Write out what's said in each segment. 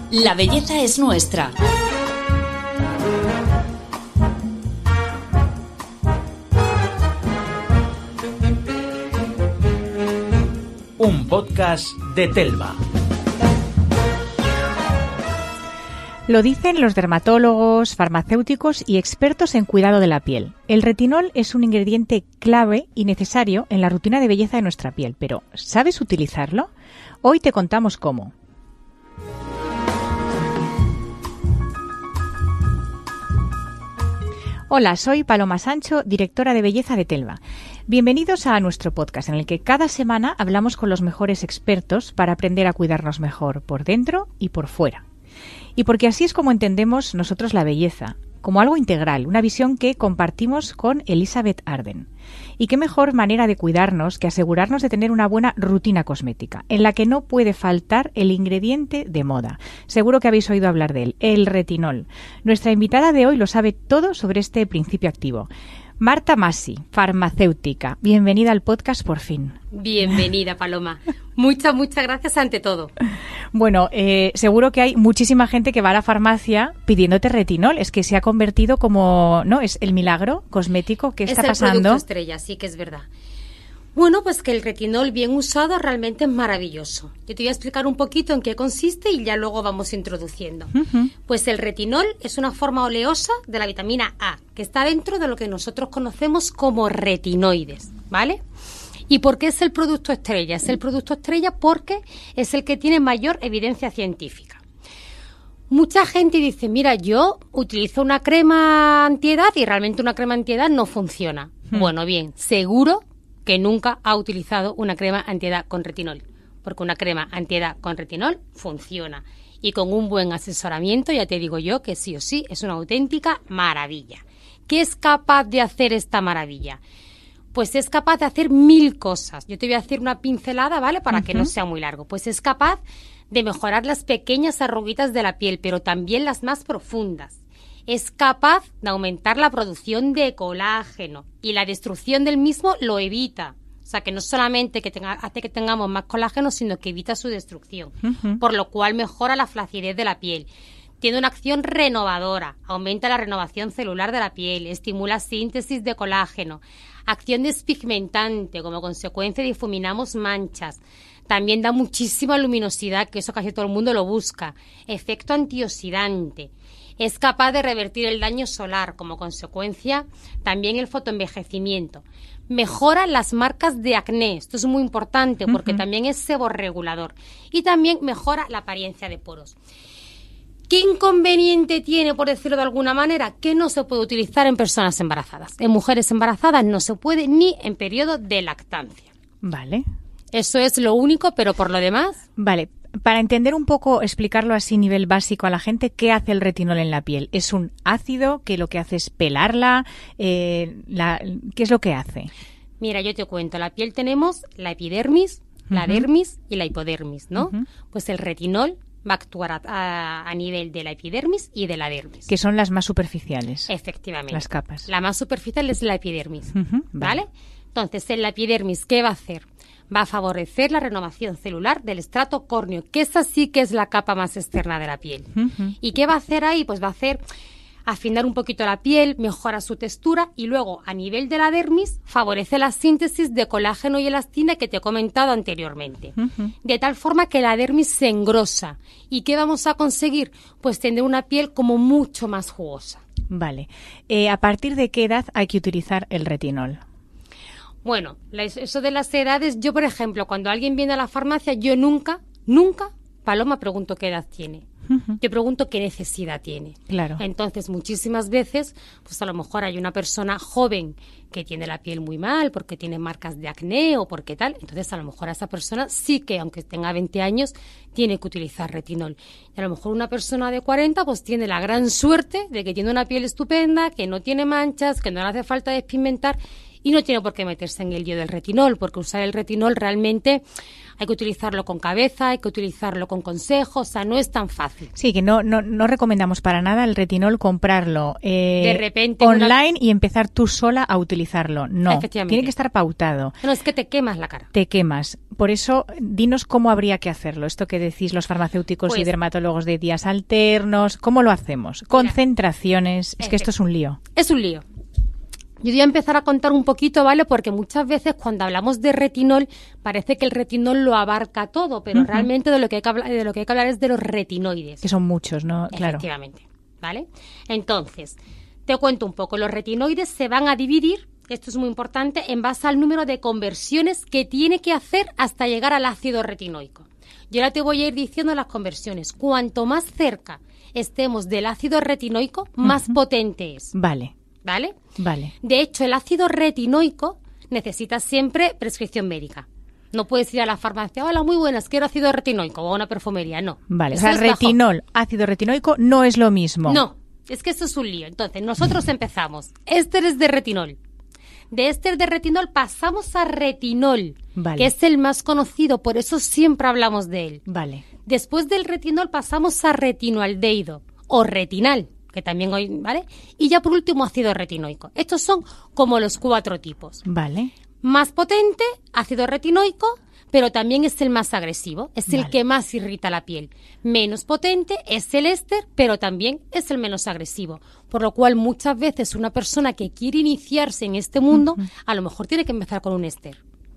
La belleza es nuestra. Un podcast de Telva. Lo dicen los dermatólogos, farmacéuticos y expertos en cuidado de la piel. El retinol es un ingrediente clave y necesario en la rutina de belleza de nuestra piel, pero ¿sabes utilizarlo? Hoy te contamos cómo. Hola, soy Paloma Sancho, directora de belleza de Telva. Bienvenidos a nuestro podcast en el que cada semana hablamos con los mejores expertos para aprender a cuidarnos mejor por dentro y por fuera. Y porque así es como entendemos nosotros la belleza, como algo integral, una visión que compartimos con Elizabeth Arden. Y qué mejor manera de cuidarnos que asegurarnos de tener una buena rutina cosmética, en la que no puede faltar el ingrediente de moda. Seguro que habéis oído hablar de él, el retinol. Nuestra invitada de hoy lo sabe todo sobre este principio activo. Marta Masi, farmacéutica. Bienvenida al podcast por fin. Bienvenida, Paloma. Muchas gracias ante todo. Bueno, seguro que hay muchísima gente que va a la farmacia pidiéndote retinol. Es que se ha convertido como, ¿no? Es el milagro cosmético que está pasando. Es el producto estrella, sí que es verdad. Bueno, pues que el retinol bien usado realmente es maravilloso. Yo te voy a explicar un poquito en qué consiste y ya luego vamos introduciendo. Pues el retinol es una forma oleosa de la vitamina A, que está dentro de lo que nosotros conocemos como retinoides, ¿vale? ¿Y por qué es el producto estrella? Es el producto estrella porque es el que tiene mayor evidencia científica. Mucha gente dice, mira, yo utilizo una crema antiedad y realmente una crema antiedad no funciona. Bueno, bien, seguro que nunca ha utilizado una crema antiedad con retinol, porque una crema antiedad con retinol funciona. Y con un buen asesoramiento, ya te digo yo que sí o sí es una auténtica maravilla. ¿Qué es capaz de hacer esta maravilla? Pues es capaz de hacer 1000 cosas. Yo te voy a hacer una pincelada, ¿vale? Para que no sea muy largo. Pues es capaz de mejorar las pequeñas arruguitas de la piel, pero también las más profundas. Es capaz de aumentar la producción de colágeno y la destrucción del mismo lo evita. O sea, que no solamente hace que tengamos más colágeno, sino que evita su destrucción, por lo cual mejora la flacidez de la piel. Tiene una acción renovadora, aumenta la renovación celular de la piel, estimula síntesis de colágeno, acción despigmentante, como consecuencia difuminamos manchas. También da muchísima luminosidad, que eso casi todo el mundo lo busca. Efecto antioxidante. Es capaz de revertir el daño solar, como consecuencia también el fotoenvejecimiento. Mejora las marcas de acné, esto es muy importante porque también es seborregulador. Y también mejora la apariencia de poros. ¿Qué inconveniente tiene, por decirlo de alguna manera? Que no se puede utilizar en personas embarazadas. En mujeres embarazadas no se puede ni en periodo de lactancia. Vale. Eso es lo único, pero por lo demás... Vale. Para entender un poco, explicarlo así a nivel básico a la gente, ¿qué hace el retinol en la piel? ¿Es un ácido que lo que hace es pelarla? ¿Qué es lo que hace? Mira, yo te cuento. La piel tenemos la epidermis, la dermis y la hipodermis, ¿no? Pues el retinol va a actuar a nivel de la epidermis y de la dermis. Que son las más superficiales. Efectivamente. Las capas. La más superficial es la epidermis, ¿vale? Entonces, en la epidermis, ¿qué va a hacer? Va a favorecer la renovación celular del estrato córneo, que esa sí que es la capa más externa de la piel. ¿Y qué va a hacer ahí? Pues va a hacer afinar un poquito la piel, mejora su textura y luego a nivel de la dermis favorece la síntesis de colágeno y elastina que te he comentado anteriormente. De tal forma que la dermis se engrosa. ¿Y qué vamos a conseguir? Pues tener una piel como mucho más jugosa. Vale. ¿A partir de qué edad hay que utilizar el retinol? Bueno, eso de las edades, yo por ejemplo, cuando alguien viene a la farmacia, yo nunca, Paloma, pregunto qué edad tiene. Yo pregunto qué necesidad tiene. Claro. Entonces, muchísimas veces, pues a lo mejor hay una persona joven que tiene la piel muy mal porque tiene marcas de acné o porque tal. Entonces, a lo mejor a esa persona sí que, aunque tenga 20 años, tiene que utilizar retinol. Y a lo mejor una persona de 40, pues tiene la gran suerte de que tiene una piel estupenda, que no tiene manchas, que no le hace falta despigmentar y no tiene por qué meterse en el lío del retinol, porque usar el retinol realmente Hay que utilizarlo con cabeza, hay que utilizarlo con consejos, o sea, no es tan fácil. Sí, que no recomendamos para nada el retinol comprarlo De repente online y empezar tú sola a utilizarlo. No, Efectivamente. tiene que estar pautado. No, es que te quemas la cara. Te quemas. Por eso, dinos cómo habría que hacerlo. Esto que decís los farmacéuticos y Pues- dermatólogos de días alternos, ¿cómo lo hacemos? Concentraciones. Es que esto es un lío. Es un lío. Yo voy a empezar a contar un poquito, ¿vale? Porque muchas veces cuando hablamos de retinol parece que el retinol lo abarca todo, pero realmente de lo que hay que hablar es de los retinoides. Que son muchos, ¿no? Claro. Efectivamente, ¿vale? Entonces, te cuento un poco. Los retinoides se van a dividir, esto es muy importante, en base al número de conversiones que tiene que hacer hasta llegar al ácido retinoico. Yo ahora te voy a ir diciendo las conversiones. Cuanto más cerca estemos del ácido retinoico, más potente es. Vale, ¿Vale? vale. De hecho, el ácido retinoico necesita siempre prescripción médica. No puedes ir a la farmacia, hola, muy buenas, quiero ácido retinoico, o a una perfumería, no. Vale, Eso o sea, es bajo. retinol, ácido retinoico no es lo mismo. No, es que eso es un lío. Entonces, nosotros empezamos. Ésteres de retinol. De éster de retinol pasamos a retinol, Vale. que es el más conocido, por eso siempre hablamos de él. Vale, Después del retinol pasamos a retinoaldehído o retinal, que también hoy, ¿vale? Y ya por último ácido retinoico. Estos son como los 4 tipos. vale. Más potente, ácido retinoico, pero también es el más agresivo, es el Vale. que más irrita la piel. Menos potente es el éster, pero también es el menos agresivo. Por lo cual muchas veces una persona que quiere iniciarse en este mundo, a lo mejor tiene que empezar con un éster.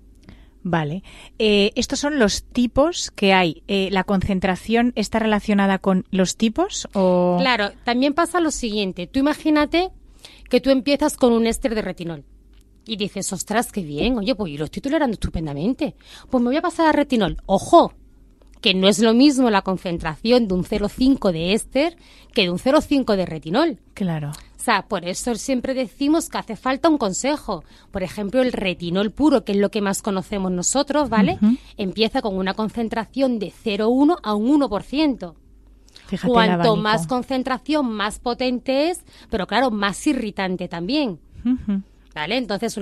Vale. ¿Estos son los tipos que hay? ¿La concentración está relacionada con los tipos? O... Claro, también pasa lo siguiente. Tú imagínate que tú empiezas con un éster de retinol y dices, ostras, qué bien, oye, pues yo lo estoy tolerando estupendamente. Pues me voy a pasar a retinol. ¡Ojo! Que no es lo mismo la concentración de un 0,5 de éster que de un 0,5 de retinol. Claro. O sea, por eso siempre decimos que hace falta un consejo. Por ejemplo, el retinol puro, que es lo que más conocemos nosotros, ¿vale? Empieza con una concentración de 0,1 a un 1%. Fíjate el Cuanto abanico. más concentración, más potente es, pero claro, más irritante también. Ujú. ¿Vale? Entonces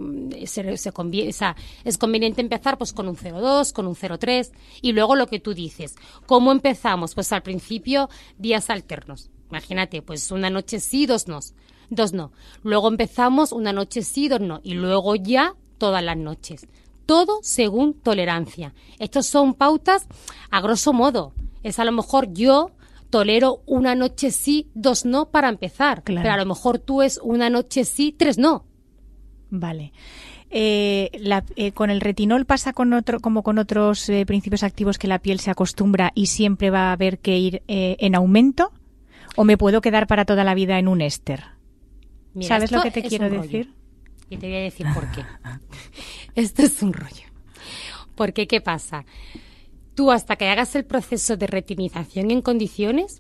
es conveniente empezar pues con un 0,2, con un 0,3 y luego lo que tú dices. ¿Cómo empezamos? Pues al principio días alternos. Imagínate, pues una noche sí, dos no. Luego empezamos una noche sí, 2 no y luego ya todas las noches. Todo según tolerancia. Estos son pautas a grosso modo. Es a lo mejor yo tolero una noche sí, 2 no para empezar. Claro. Pero a lo mejor tú es una noche sí, 3 no. Vale. Con el retinol pasa como con otros principios activos que la piel se acostumbra y siempre va a haber que ir en aumento, o me puedo quedar para toda la vida en un éster. Mira, ¿Sabes lo esto que te es quiero un rollo. decir? Y te voy a decir por qué. Esto es un rollo. Porque, ¿qué pasa? Tú hasta que hagas el proceso de retinización en condiciones,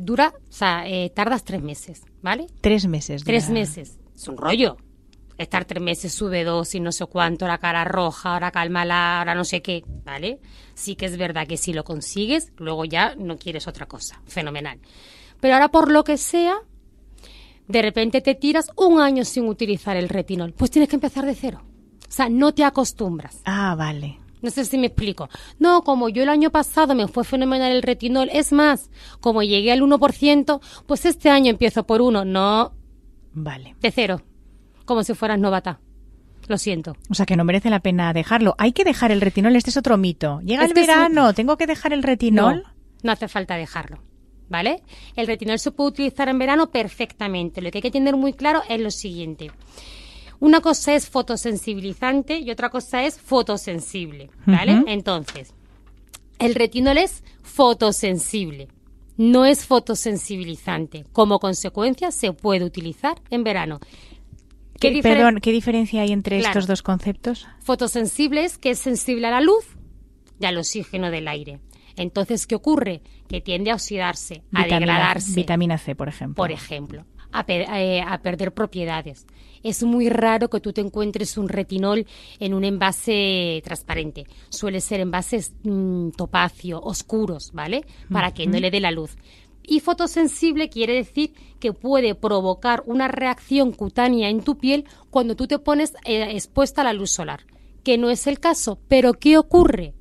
tardas 3 meses, ¿vale? 3 meses. 3 ya. meses. Es un rollo. Estar 3 meses, sube 2 y no sé cuánto, la cara roja, ahora cálmala, ahora no sé qué, ¿vale? Sí que es verdad que si lo consigues, luego ya no quieres otra cosa. Fenomenal. Pero ahora, por lo que sea, de repente te tiras 1 año sin utilizar el retinol. Pues tienes que empezar de cero. O sea, no te acostumbras. Ah, vale. No sé si me explico. No, como yo el año pasado me fue fenomenal el retinol, es más, como llegué al 1%, pues este año empiezo por 1. No, Vale. de cero. Como si fueras novata. Lo siento. O sea, que no merece la pena dejarlo. Hay que dejar el retinol, este es otro mito. Llega Es el que es un- verano, ¿tengo que dejar el retinol? No hace falta dejarlo, ¿vale? El retinol se puede utilizar en verano perfectamente. Lo que hay que tener muy claro es lo siguiente. Una cosa es fotosensibilizante y otra cosa es fotosensible, ¿vale? Ujú. Entonces, el retinol es fotosensible, no es fotosensibilizante. Como consecuencia, se puede utilizar en verano. Perdón, ¿qué diferencia hay entre Claro. estos dos conceptos? Fotosensible es que es sensible a la luz y al oxígeno del aire. Entonces, ¿qué ocurre? Que tiende a oxidarse, a degradarse, Vitamina C, por ejemplo. por ejemplo, a perder propiedades. Es muy raro que tú te encuentres un retinol en un envase transparente. Suele ser envases topacio, oscuros, ¿vale? Para que no le dé la luz. Y fotosensible quiere decir que puede provocar una reacción cutánea en tu piel cuando tú te pones expuesta a la luz solar, que no es el caso. Pero ¿qué ocurre?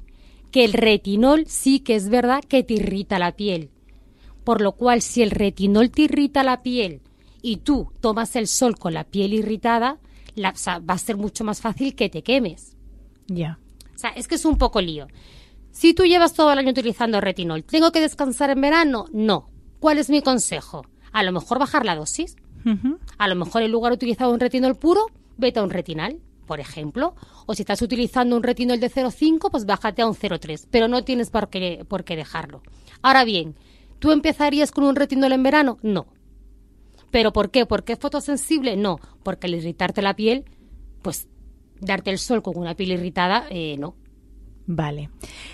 que el retinol sí que es verdad que te irrita la piel. Por lo cual, si el retinol te irrita la piel y tú tomas el sol con la piel irritada, va a ser mucho más fácil que te quemes. Ya. O sea, es que es un poco lío. Si tú llevas todo el año utilizando retinol, ¿tengo que descansar en verano? No. ¿Cuál es mi consejo? A lo mejor bajar la dosis. A lo mejor en lugar de utilizar un retinol puro, vete a un retinal, por ejemplo. O si estás utilizando un retinol de 0,5, pues bájate a un 0,3. Pero no tienes por qué dejarlo. Ahora bien, ¿tú empezarías con un retinol en verano? No. ¿Pero por qué? ¿Porque es fotosensible? No. Porque al irritarte la piel, pues darte el sol con una piel irritada, no. Vale.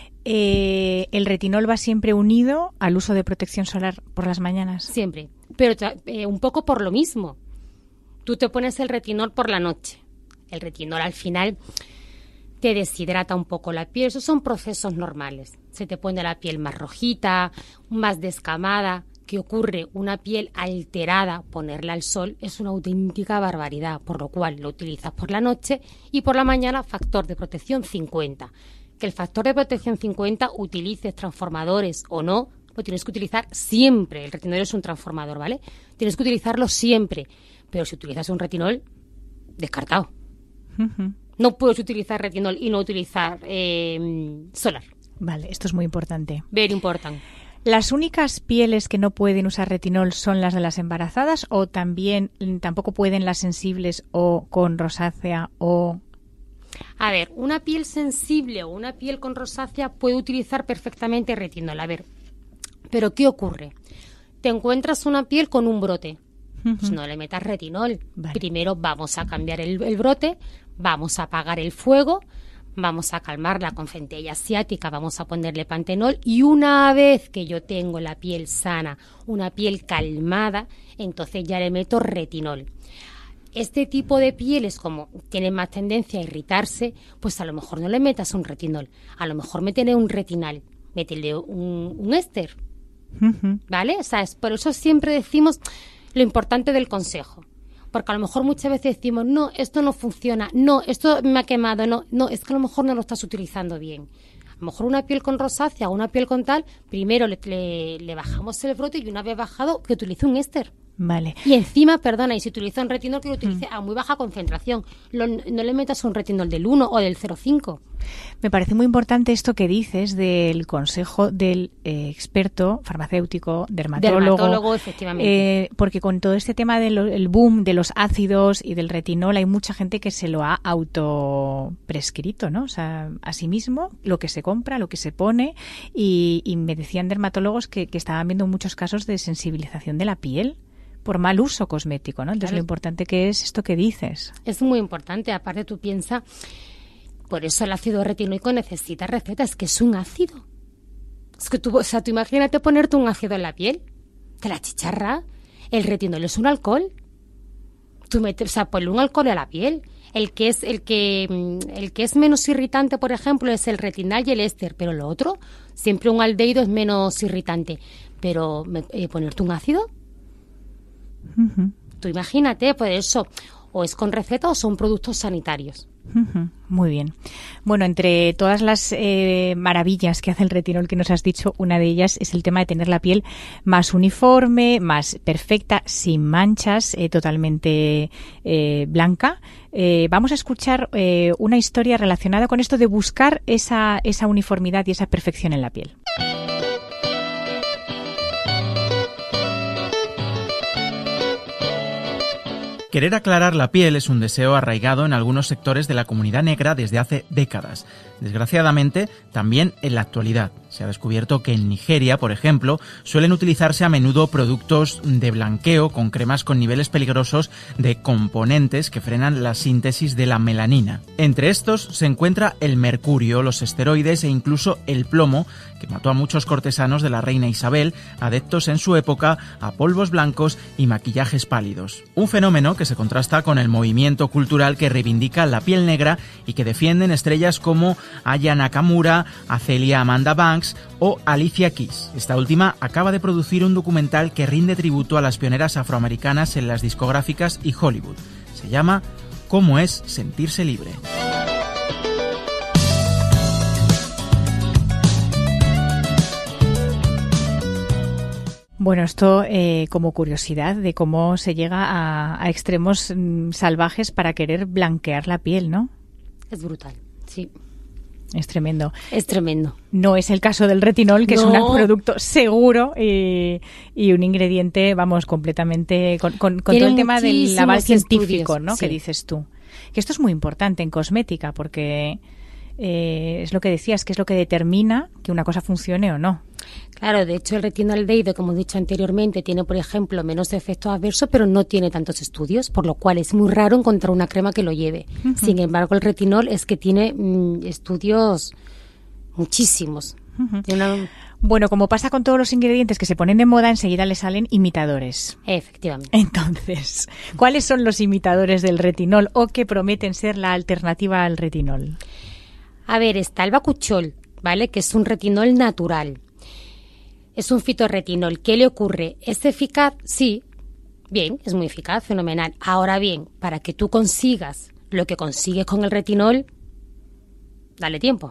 ¿El retinol va siempre unido al uso de protección solar por las mañanas? Siempre. Pero un poco por lo mismo. Tú te pones el retinol por la noche. El retinol al final te deshidrata un poco la piel. Esos son procesos normales. Se te pone la piel más rojita, más descamada. ¿Qué ocurre? Una piel alterada, ponerla al sol es una auténtica barbaridad, por lo cual lo utilizas por la noche y por la mañana factor de protección 50. Que el factor de protección 50 utilices transformadores o no, lo tienes que utilizar siempre. El retinol es un transformador, ¿vale? Tienes que utilizarlo siempre. Pero si utilizas un retinol, descartado. No puedes utilizar retinol y no utilizar solar. Vale, esto es muy importante. Very important. ¿Las únicas pieles que no pueden usar retinol son las de las embarazadas o tampoco pueden las sensibles o con rosácea o...? A ver, una piel sensible o una piel con rosácea puede utilizar perfectamente retinol. A ver, ¿pero qué ocurre? Te encuentras una piel con un brote. Pues no le metas retinol. Vale. Primero vamos a cambiar el brote, vamos a apagar el fuego, vamos a calmarla con centella asiática, vamos a ponerle pantenol y una vez que yo tengo la piel sana, una piel calmada, entonces ya le meto retinol. Este tipo de pieles, como tienen más tendencia a irritarse, pues a lo mejor no le metas un retinol, a lo mejor métele un retinal, métele un éster, ¿vale? O sea, por eso siempre decimos lo importante del consejo, porque a lo mejor muchas veces decimos, no, esto no funciona, no, esto me ha quemado, no, es que a lo mejor no lo estás utilizando bien. A lo mejor una piel con rosácea o una piel con tal, primero le bajamos el brote y una vez bajado, que utilice un éster. Vale. Y encima, perdona, y si utiliza un retinol, que lo utilice a muy baja concentración. No le metas un retinol del 1 o del 0,5. Me parece muy importante esto que dices del consejo del experto farmacéutico, dermatólogo, efectivamente. Porque con todo este tema del boom de los ácidos y del retinol hay mucha gente que se lo ha autoprescrito, ¿no? O sea, a sí mismo, lo que se compra, lo que se pone, y me decían dermatólogos que estaban viendo muchos casos de sensibilización de la piel por mal uso cosmético, ¿no? Entonces, claro, lo importante que es esto que dices. Es muy importante. Aparte, tú piensas, por eso el ácido retinoico necesita receta, es que es un ácido. Es que tú imagínate ponerte un ácido en la piel, te la chicharra. El retinol es un alcohol. Ponle un alcohol a la piel. El que es menos irritante, por ejemplo, es el retinal y el éster, pero lo otro, siempre un aldehído es menos irritante. Pero ponerte un ácido, tú imagínate, por eso, o es con receta o son productos sanitarios. Muy bien. Bueno, entre todas las maravillas que hace el retinol que nos has dicho, una de ellas es el tema de tener la piel más uniforme, más perfecta, sin manchas, totalmente blanca. Vamos a escuchar una historia relacionada con esto de buscar esa uniformidad y esa perfección en la piel. Querer aclarar la piel es un deseo arraigado en algunos sectores de la comunidad negra desde hace décadas. Desgraciadamente, también en la actualidad. Se ha descubierto que en Nigeria, por ejemplo, suelen utilizarse a menudo productos de blanqueo con cremas con niveles peligrosos de componentes que frenan la síntesis de la melanina. Entre estos se encuentra el mercurio, los esteroides e incluso el plomo, que mató a muchos cortesanos de la reina Isabel, adeptos en su época a polvos blancos y maquillajes pálidos. Un fenómeno que se contrasta con el movimiento cultural que reivindica la piel negra y que defienden estrellas como Aya Nakamura, Azealia Amanda Banks o Alicia Keys. Esta última acaba de producir un documental que rinde tributo a las pioneras afroamericanas en las discográficas y Hollywood. Se llama ¿Cómo es sentirse libre? Bueno, esto como curiosidad de cómo se llega a extremos salvajes para querer blanquear la piel, ¿no? Es brutal, sí. Es tremendo. Es tremendo. No es el caso del retinol, que es un producto seguro y un ingrediente, vamos, completamente con todo el tema del aval científico, ¿no? Sí. Que dices tú. Que esto es muy importante en cosmética porque es lo que decías, que es lo que determina que una cosa funcione o no. Claro, de hecho el retinaldehído, como he dicho anteriormente, tiene, por ejemplo, menos efectos adversos, pero no tiene tantos estudios, por lo cual es muy raro encontrar una crema que lo lleve. Uh-huh. Sin embargo, el retinol es que tiene estudios muchísimos. Uh-huh. Bueno, como pasa con todos los ingredientes que se ponen de moda, enseguida le salen imitadores. Efectivamente. Entonces, ¿cuáles son los imitadores del retinol o que prometen ser la alternativa al retinol? A ver, está el bakuchiol, ¿vale? Que es un retinol natural. Es un fitorretinol. ¿Qué le ocurre? ¿Es eficaz? Sí. Bien, es muy eficaz, fenomenal. Ahora bien, para que tú consigas lo que consigues con el retinol, dale tiempo.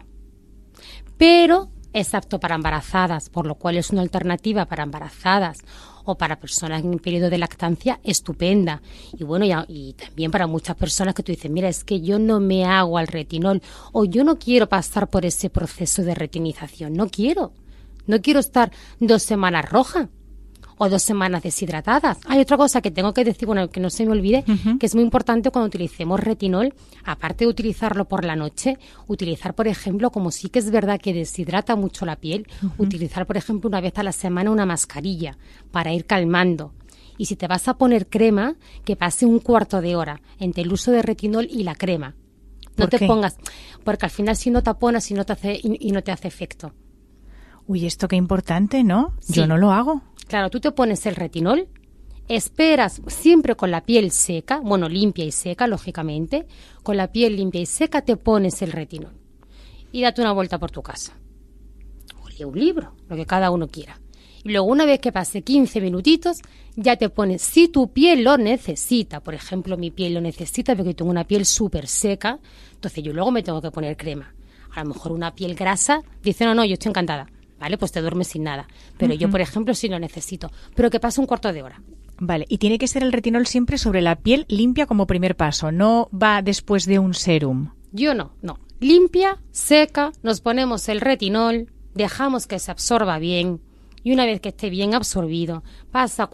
Pero es apto para embarazadas, por lo cual es una alternativa para embarazadas o para personas en periodo de lactancia estupenda. Y bueno, y también para muchas personas que tú dices, mira, es que yo no me hago al retinol o yo no quiero pasar por ese proceso de retinización. No quiero estar 2 semanas roja o 2 semanas deshidratadas. Hay otra cosa que tengo que decir, bueno, que no se me olvide, que es muy importante cuando utilicemos retinol, aparte de utilizarlo por la noche, utilizar, por ejemplo, como sí que es verdad que deshidrata mucho la piel, utilizar, por ejemplo, una vez a la semana una mascarilla para ir calmando. Y si te vas a poner crema, que pase 1/4 de hora entre el uso de retinol y la crema. No te pongas, porque al final si no taponas y no te hace efecto. Uy, esto qué importante, ¿no? Sí. Yo no lo hago. Claro, tú te pones el retinol, esperas siempre con la piel seca, bueno, limpia y seca, lógicamente. Con la piel limpia y seca te pones el retinol y date una vuelta por tu casa. O lee un libro, lo que cada uno quiera. Y luego una vez que pase 15 minutitos, ya te pones, si tu piel lo necesita, por ejemplo, mi piel lo necesita porque tengo una piel súper seca, entonces yo luego me tengo que poner crema. A lo mejor una piel grasa dice, no, yo estoy encantada. Vale, pues te duermes sin nada. Pero yo, por ejemplo, sí lo necesito. Pero que pase 1/4 de hora. Vale, y tiene que ser el retinol siempre sobre la piel limpia como primer paso. No va después de un serum. Yo no. Limpia, seca, nos ponemos el retinol, dejamos que se absorba bien. Y una vez que esté bien absorbido, pasa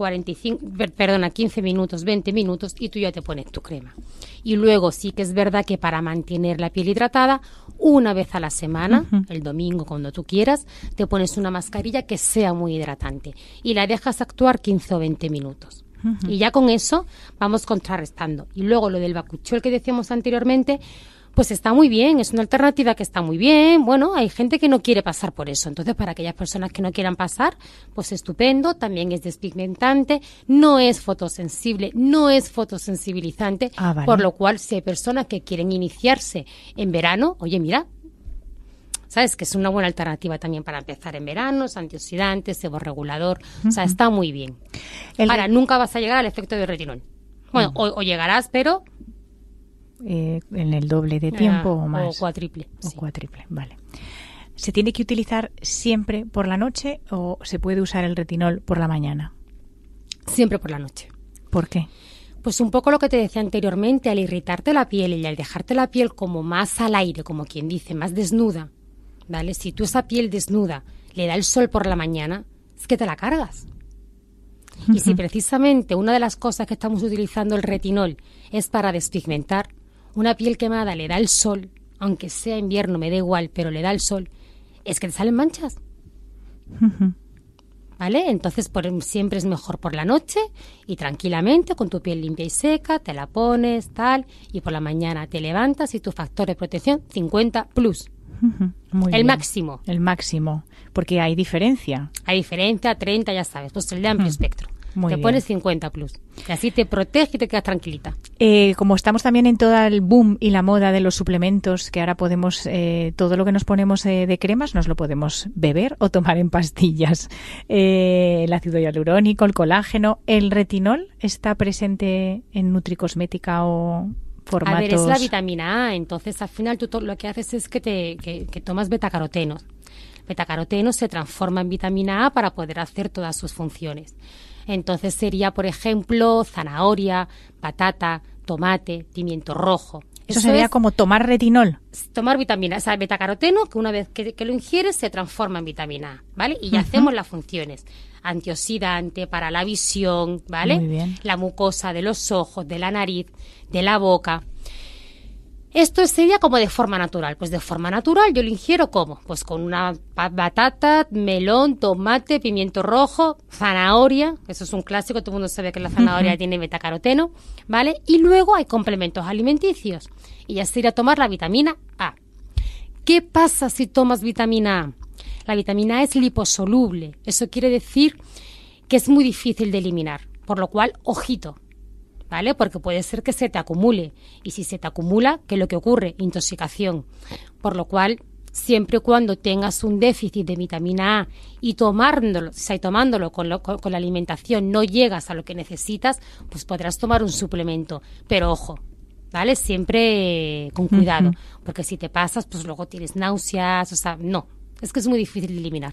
15 minutos, 20 minutos y tú ya te pones tu crema. Y luego sí que es verdad que para mantener la piel hidratada, una vez a la semana, el domingo cuando tú quieras, te pones una mascarilla que sea muy hidratante y la dejas actuar 15 o 20 minutos. Y ya con eso vamos contrarrestando. Y luego lo del bakuchiol que decíamos anteriormente, pues está muy bien, es una alternativa que está muy bien. Bueno, hay gente que no quiere pasar por eso. Entonces, para aquellas personas que no quieran pasar, pues estupendo. También es despigmentante, no es fotosensible, no es fotosensibilizante. Vale. Por lo cual, si hay personas que quieren iniciarse en verano, oye, mira, ¿sabes? Que es una buena alternativa también para empezar en verano, es antioxidante, seborregulador. O sea, está muy bien. Ahora, nunca vas a llegar al efecto de retinol. Bueno, o llegarás, pero en el doble de tiempo o más. O cuatriple. O cuatriple, vale. ¿Se tiene que utilizar siempre por la noche o se puede usar el retinol por la mañana? Siempre por la noche. ¿Por qué? Pues un poco lo que te decía anteriormente, al irritarte la piel y al dejarte la piel como más al aire, como quien dice, más desnuda, ¿vale? Si tú esa piel desnuda le da el sol por la mañana, es que te la cargas. Y si precisamente una de las cosas que estamos utilizando el retinol es para despigmentar, una piel quemada le da el sol, aunque sea invierno, me da igual, pero le da el sol, es que te salen manchas. ¿Vale? Entonces siempre es mejor por la noche y tranquilamente, con tu piel limpia y seca, te la pones, tal, y por la mañana te levantas y tu factor de protección 50+. Muy el bien. máximo. El máximo, porque hay diferencia. Hay diferencia, 30, ya sabes, pues el de amplio espectro. Muy te bien. Pones 50+. Y así te protege y te quedas tranquilita. Como estamos también en todo el boom y la moda de los suplementos, que ahora podemos, todo lo que nos ponemos de cremas nos lo podemos beber o tomar en pastillas. El ácido hialurónico, el colágeno, ¿el retinol está presente en nutricosmética o formatos? A ver, es la vitamina A, entonces al final tú lo que haces es que tomas betacarotenos. betacaroteno se transforma en vitamina A para poder hacer todas sus funciones. Entonces sería, por ejemplo, zanahoria, patata, tomate, pimiento rojo. Eso sería como tomar retinol. Tomar vitamina, o sea, betacaroteno, que una vez que lo ingieres se transforma en vitamina A, ¿vale? Y ya hacemos las funciones. Antioxidante para la visión, ¿vale? Muy bien. La mucosa de los ojos, de la nariz, de la boca. Esto sería como de forma natural. Pues de forma natural yo lo ingiero ¿cómo? Pues con una batata, melón, tomate, pimiento rojo, zanahoria, eso es un clásico, todo el mundo sabe que la zanahoria tiene betacaroteno, ¿vale? Y luego hay complementos alimenticios. Y ya sería tomar la vitamina A. ¿Qué pasa si tomas vitamina A? La vitamina A es liposoluble. Eso quiere decir que es muy difícil de eliminar. Por lo cual, ojito, ¿vale? Porque puede ser que se te acumule. Y si se te acumula, ¿qué es lo que ocurre? Intoxicación. Por lo cual, siempre y cuando tengas un déficit de vitamina A y tomándolo con la alimentación no llegas a lo que necesitas, pues podrás tomar un suplemento. Pero ojo, ¿vale? Siempre con cuidado. Porque si te pasas, pues luego tienes náuseas, o sea, no. Es que es muy difícil de eliminar.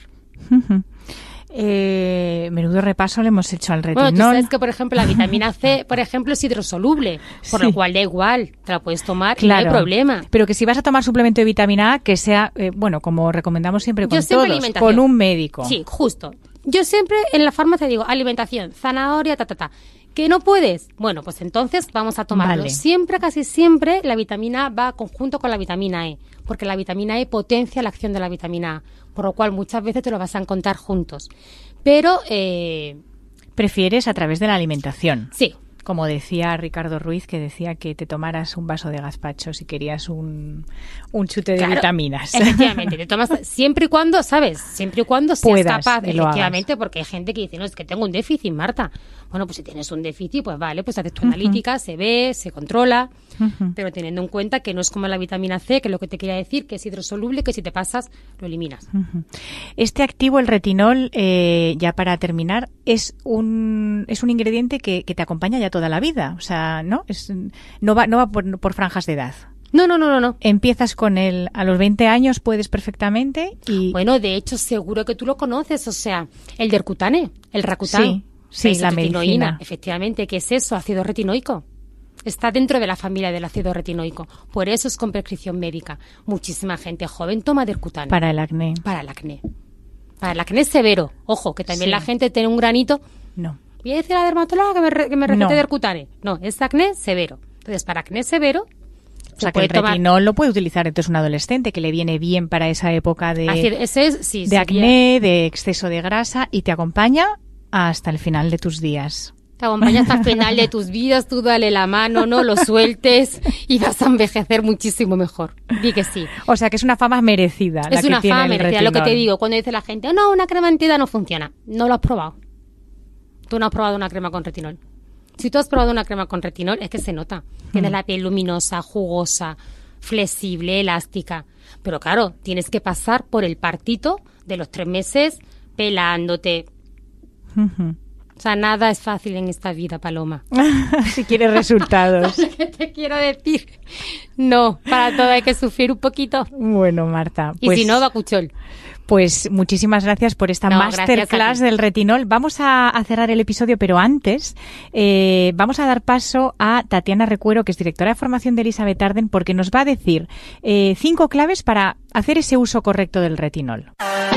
Menudo repaso le hemos hecho al retinol. Bueno, tú sabes que, por ejemplo, la vitamina C, por ejemplo, es hidrosoluble, por lo cual da igual, te la puedes tomar claro, y no hay problema. Pero que si vas a tomar suplemento de vitamina A, que sea, bueno, como recomendamos siempre con todos, con un médico. Sí, justo. Yo siempre en la farmacia digo, alimentación, zanahoria, ¿Que no puedes? Bueno, pues entonces vamos a tomarlo. Vale. Siempre, casi siempre, la vitamina A va conjunto con la vitamina E, porque la vitamina E potencia la acción de la vitamina A, por lo cual muchas veces te lo vas a encontrar juntos. Pero prefieres a través de la alimentación. Sí. Como decía Ricardo Ruiz, que decía que te tomaras un vaso de gazpacho si querías un chute de vitaminas. Efectivamente, te tomas siempre y cuando, ¿sabes? Siempre y cuando seas puedas, capaz, efectivamente, porque hay gente que dice, no, es que tengo un déficit, Marta. Bueno, pues si tienes un déficit, pues vale, pues haces tu analítica, se ve, se controla, pero teniendo en cuenta que no es como la vitamina C, que es lo que te quería decir, que es hidrosoluble, que si te pasas, lo eliminas. Este activo, el retinol, ya para terminar, es un ingrediente que te acompaña ya toda la vida, o sea, ¿no? No va por franjas de edad. No. Empiezas con él a los 20 años, puedes perfectamente y... Bueno, de hecho, seguro que tú lo conoces, o sea, el Dercutane, el Rakutan. Sí, la medicina. Efectivamente, ¿qué es eso? Ácido retinoico. Está dentro de la familia del ácido retinoico. Por eso es con prescripción médica. Muchísima gente joven toma Dercutane. Para el acné. Para el acné. Para el acné severo. Ojo, que también la gente tiene un granito. No. Voy a decir a la dermatóloga que me recete Dercutane. No, es acné severo. Entonces, para acné severo... O sea, que el retinol lo puede utilizar entonces un adolescente, que le viene bien para esa época de acné, de exceso de grasa, y te acompaña hasta el final de tus días. Te acompaña hasta el final de tus vidas, tú dale la mano, no lo sueltes y vas a envejecer muchísimo mejor. Di que sí. O sea, que es una fama merecida. Es una fama merecida, lo que te digo. Cuando dice la gente, no, una crema antida no funciona. No lo has probado. Tú no has probado una crema con retinol. Si tú has probado una crema con retinol, es que se nota. Tienes la piel luminosa, jugosa, flexible, elástica. Pero claro, tienes que pasar por el partito de los 3 meses pelándote. O sea, nada es fácil en esta vida, Paloma. Si quieres resultados. ¿Qué te quiero decir? No, para todo hay que sufrir un poquito. Bueno, Marta. Y si no, bacuchol. Pues muchísimas gracias por esta masterclass del retinol. Vamos a cerrar el episodio, pero antes vamos a dar paso a Tatiana Recuero, que es directora de formación de Elizabeth Arden, porque nos va a decir 5 claves para hacer ese uso correcto del retinol.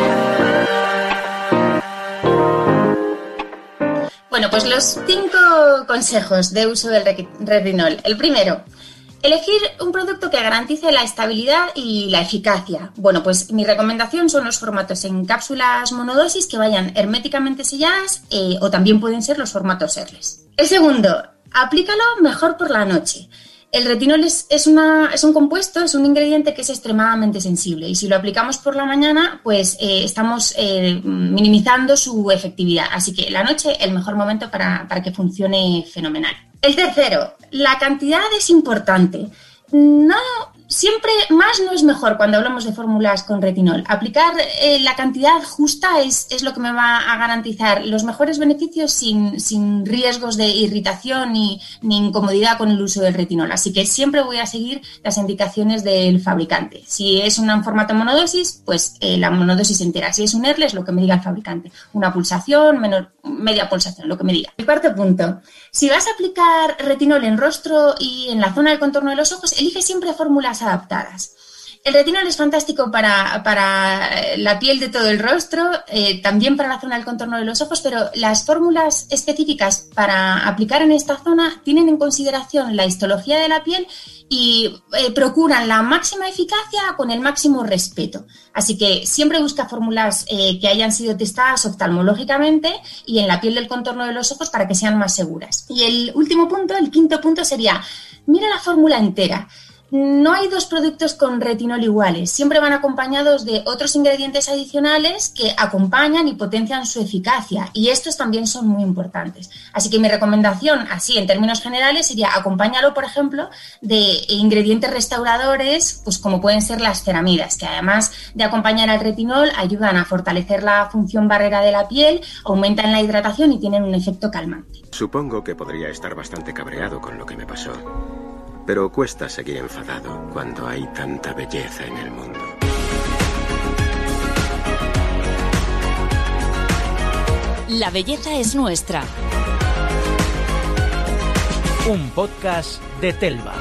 Bueno, pues los 5 consejos de uso del retinol. El primero, elegir un producto que garantice la estabilidad y la eficacia. Bueno, pues mi recomendación son los formatos en cápsulas monodosis que vayan herméticamente selladas o también pueden ser los formatos Airless. El segundo, aplícalo mejor por la noche. El retinol es un compuesto, es un ingrediente que es extremadamente sensible y si lo aplicamos por la mañana, pues estamos minimizando su efectividad. Así que la noche es el mejor momento para que funcione fenomenal. El tercero, la cantidad es importante. No Siempre más no es mejor cuando hablamos de fórmulas con retinol. Aplicar la cantidad justa es lo que me va a garantizar los mejores beneficios sin riesgos de irritación ni incomodidad con el uso del retinol. Así que siempre voy a seguir las indicaciones del fabricante. Si es un formato monodosis, pues la monodosis entera. Si es un ERLES, lo que me diga el fabricante. Una pulsación, media pulsación, lo que me diga. El cuarto punto. Si vas a aplicar retinol en rostro y en la zona del contorno de los ojos, elige siempre fórmulas adaptadas. El retinol es fantástico para la piel de todo el rostro, también para la zona del contorno de los ojos, pero las fórmulas específicas para aplicar en esta zona tienen en consideración la histología de la piel y procuran la máxima eficacia con el máximo respeto. Así que siempre busca fórmulas que hayan sido testadas oftalmológicamente y en la piel del contorno de los ojos para que sean más seguras. Y el último punto, el quinto punto sería, mira la fórmula entera. No hay dos productos con retinol iguales, siempre van acompañados de otros ingredientes adicionales que acompañan y potencian su eficacia y estos también son muy importantes. Así que mi recomendación, así en términos generales, sería acompáñalo, por ejemplo, de ingredientes restauradores, pues como pueden ser las ceramidas, que además de acompañar al retinol ayudan a fortalecer la función barrera de la piel, aumentan la hidratación y tienen un efecto calmante. Supongo que podría estar bastante cabreado con lo que me pasó. Pero cuesta seguir enfadado cuando hay tanta belleza en el mundo. La belleza es nuestra. Un podcast de Telva.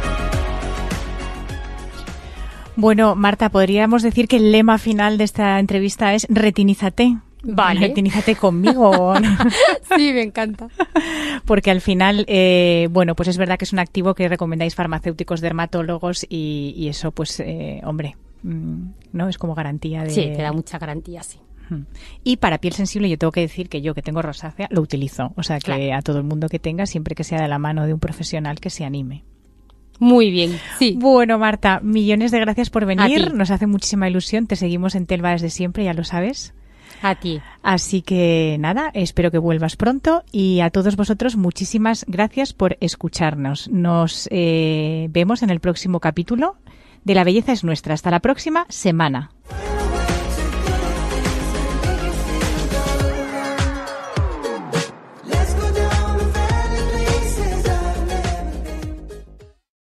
Bueno, Marta, podríamos decir que el lema final de esta entrevista es retinízate. Vale. Retinízate conmigo. Sí, me encanta. Porque al final, bueno, pues es verdad que es un activo que recomendáis farmacéuticos, dermatólogos y eso, pues, hombre, ¿no? Es como garantía de... Sí, te da mucha garantía, sí. Y para piel sensible yo tengo que decir que yo, que tengo rosácea, lo utilizo. O sea, que claro, a todo el mundo que tenga, siempre que sea de la mano de un profesional, que se anime. Muy bien, sí. Bueno, Marta, millones de gracias por venir. Nos hace muchísima ilusión. Te seguimos en Telva desde siempre, ya lo sabes. A ti. Así que nada, espero que vuelvas pronto y a todos vosotros muchísimas gracias por escucharnos. Nos vemos en el próximo capítulo de La Belleza es Nuestra. Hasta la próxima semana.